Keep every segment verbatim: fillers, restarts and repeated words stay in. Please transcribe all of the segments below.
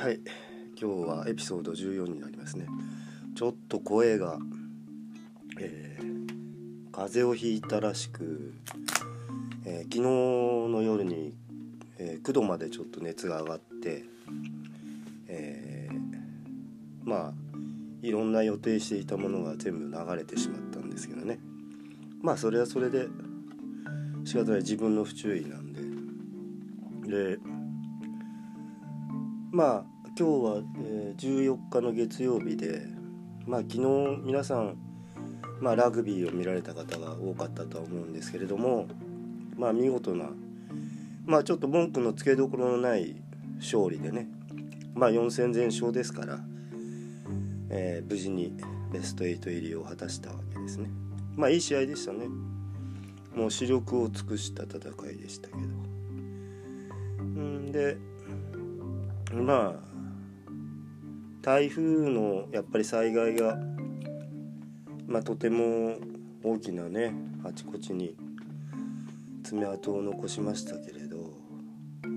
はい、今日はエピソードじゅうよんになりますね。ちょっと声が、えー、風邪をひいたらしく、えー、昨日の夜に、えー、きゅうどまでちょっと熱が上がって、えー、まあいろんな予定していたものが全部流れてしまったんですけどね。まあそれはそれで仕方ない、自分の不注意なんで。でまあ今日は、えー、じゅうよっかの月曜日で、まあ昨日皆さん、まあ、ラグビーを見られた方が多かったとは思うんですけれども、まあ見事な、まあちょっと文句のつけどころのない勝利でね、まあよん戦全勝ですから、えー、無事にベストはち入りを果たしたわけですね。まあいい試合でしたね。もう視力を尽くした戦いでしたけど、んでまあ台風のやっぱり災害が、まあ、とても大きなね、あちこちに爪痕を残しましたけれど、うん、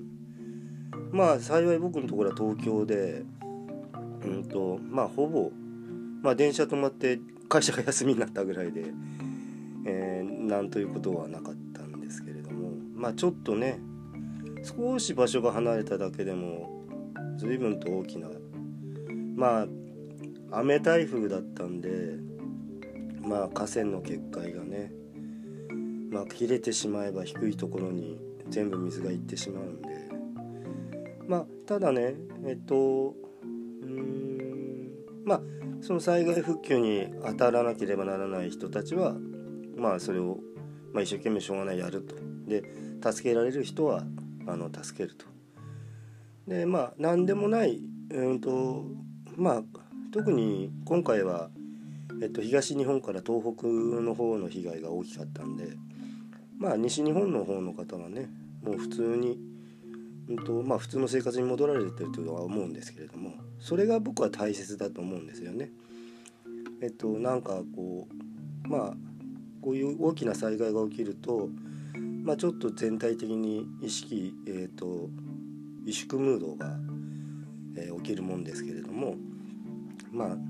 まあ幸い僕のところは東京で、うんとまあほぼ、まあ、電車止まって会社が休みになったぐらいで、えー、なんということはなかったんですけれども、まあちょっとね、少し場所が離れただけでも随分と大きな、まあ雨台風だったんで、まあ河川の決壊がね、まあ切れてしまえば低いところに全部水がいってしまうんで、まあただね、えっとうーんまあその災害復旧に当たらなければならない人たちは、まあそれを、まあ、一生懸命しょうがないやると。で助けられる人はあの助けると。でまあ何でもない、うんとまあ特に今回は、えっと、東日本から東北の方の被害が大きかったんで、まあ西日本の方の方はね、もう普通に、うんとまあ、普通の生活に戻られてるとは思うんですけれども、それが僕は大切だと思うんですよね。えっとなんかこうまあこういう大きな災害が起きると、まあ、ちょっと全体的に意識、えっと萎縮ムードが、えー、起きるもんですけれども、まあう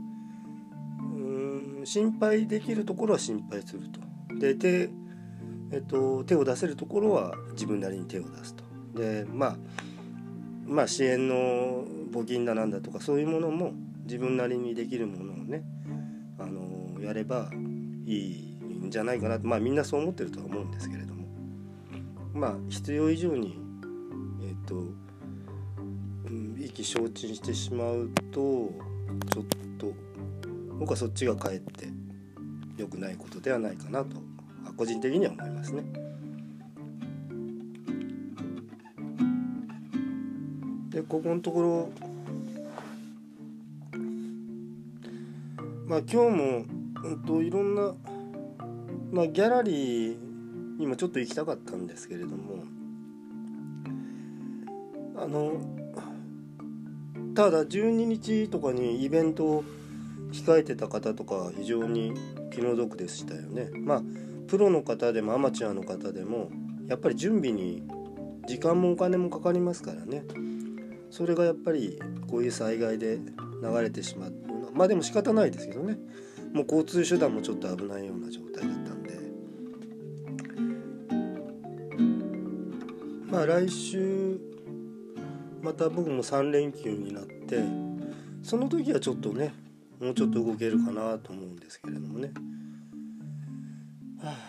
ーん心配できるところは心配すると。で手、えっと、手を出せるところは自分なりに手を出すと。でまあまあ支援の募金だなんだとか、そういうものも自分なりにできるものをね、あのやればいいんじゃないかなと、まあみんなそう思ってるとは思うんですけれども、まあ必要以上にえっと、うん、意気消沈してしまうと、ちょっと僕はそっちがかえって良くないことではないかなと個人的には思いますね。でここのところ、まあ今日も、うんと、いろんな、まあ、ギャラリーにもちょっと行きたかったんですけれども、あのただじゅうににちとかにイベントを控えてた方とか非常に気の毒でしたよね。まあプロの方でもアマチュアの方でもやっぱり準備に時間もお金もかかりますからね。それがやっぱりこういう災害で流れてしまう、まあでも仕方ないですけどね。もう交通手段もちょっと危ないような状態だったんで、まあ来週また僕もさん連休になって、その時はちょっとね、もうちょっと動けるかなと思うんですけれどもね。はあ、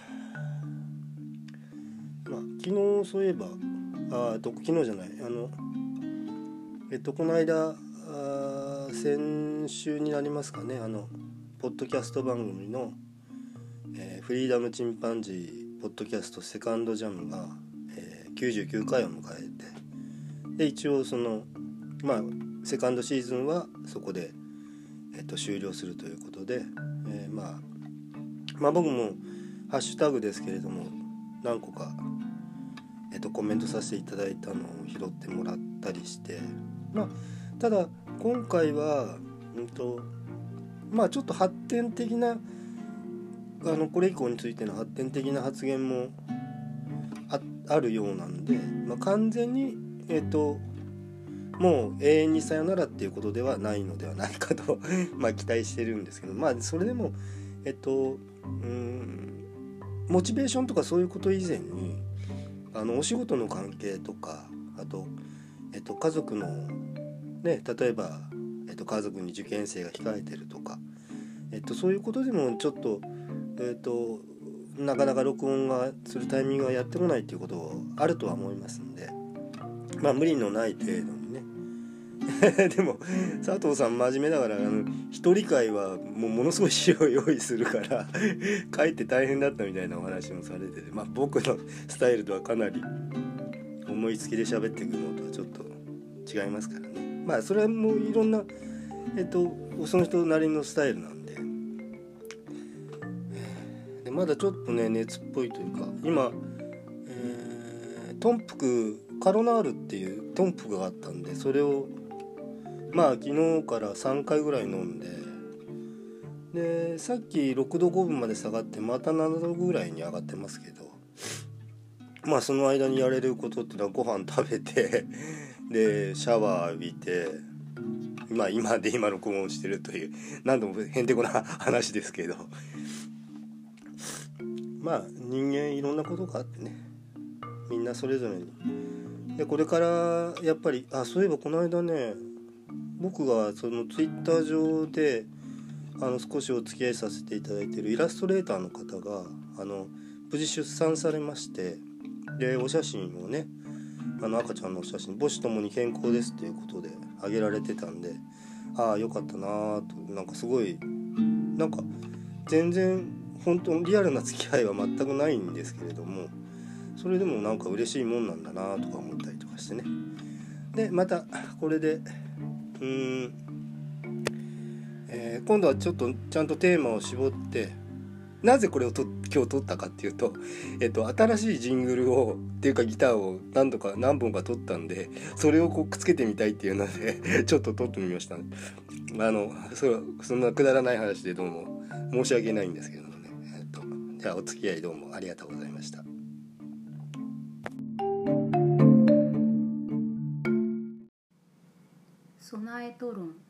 まあ昨日そういえばあと昨日じゃないあのえっとこの間あ先週になりますかね、あのポッドキャスト番組の、えー、フリーダムチンパンジーポッドキャストセカンドジャムが、えー、きゅうじゅうきゅうかいを迎えて、で一応そのまあセカンドシーズンはそこで、えっと、終了するということで、えー、まあまあ僕もハッシュタグですけれども何個か、えっと、コメントさせていただいたのを拾ってもらったりして、まあただ今回は、うんとまあちょっと発展的なあのこれ以降についての発展的な発言も あ, あるようなんで、まあ、完全にえっともう永遠にさよならっていうことではないのではないかとまあ期待してるんですけど、まあそれでもえっとうーんモチベーションとかそういうこと以前にあのお仕事の関係とか、あと、えっと、家族のね、例えば、えっと、家族に受験生が控えてるとか、えっと、そういうことでもちょっと、えっと、なかなか録音がするタイミングがやってこないっていうことあるとは思いますんで、まあ無理のない程度にねでも佐藤さん真面目だから、あの一人会はもうものすごい資料を用意するから書いて大変だったみたいなお話もされてて、まあ僕のスタイルとはかなり思いつきで喋っていくのとはちょっと違いますからね。まあそれはもういろんなえっとその人なりのスタイルなんで、でまだちょっとね熱っぽいというか、今、えー、トンプクカロナールっていうトンプクがあったんで、それをまあ昨日からさんかいぐらい飲んで、でさっきろくどごぶまで下がってまたななどぐらいに上がってますけど、まあその間にやれることってのはご飯食べてでシャワー浴びて、まあ今で今録音してるという何度もへんてこな話ですけど、まあ人間いろんなことがあってね、みんなそれぞれに。でこれからやっぱり、あそういえばこの間ね、僕がそのツイッター上であの少しお付き合いさせていただいているイラストレーターの方があの無事出産されまして、でお写真をね、あの赤ちゃんのお写真母子ともに健康ですっていうことであげられてたんで、ああよかったなと、なんかすごいなんか全然本当リアルな付き合いは全くないんですけれども、それでもなんか嬉しいもんなんだなとか思ったりとかしてね。でまたこれでうーん、えー、今度はちょっとちゃんとテーマを絞って、なぜこれをと今日撮ったかっていうと、えっと、新しいジングルをっていうかギターを何度か何本か撮ったんで、それをこうくっつけてみたいっていうのでちょっと撮ってみました。あの そ, そんなくだらない話でどうも申し訳ないんですけどもね、えっと、じゃあお付き合いどうもありがとうございました。 備えと論。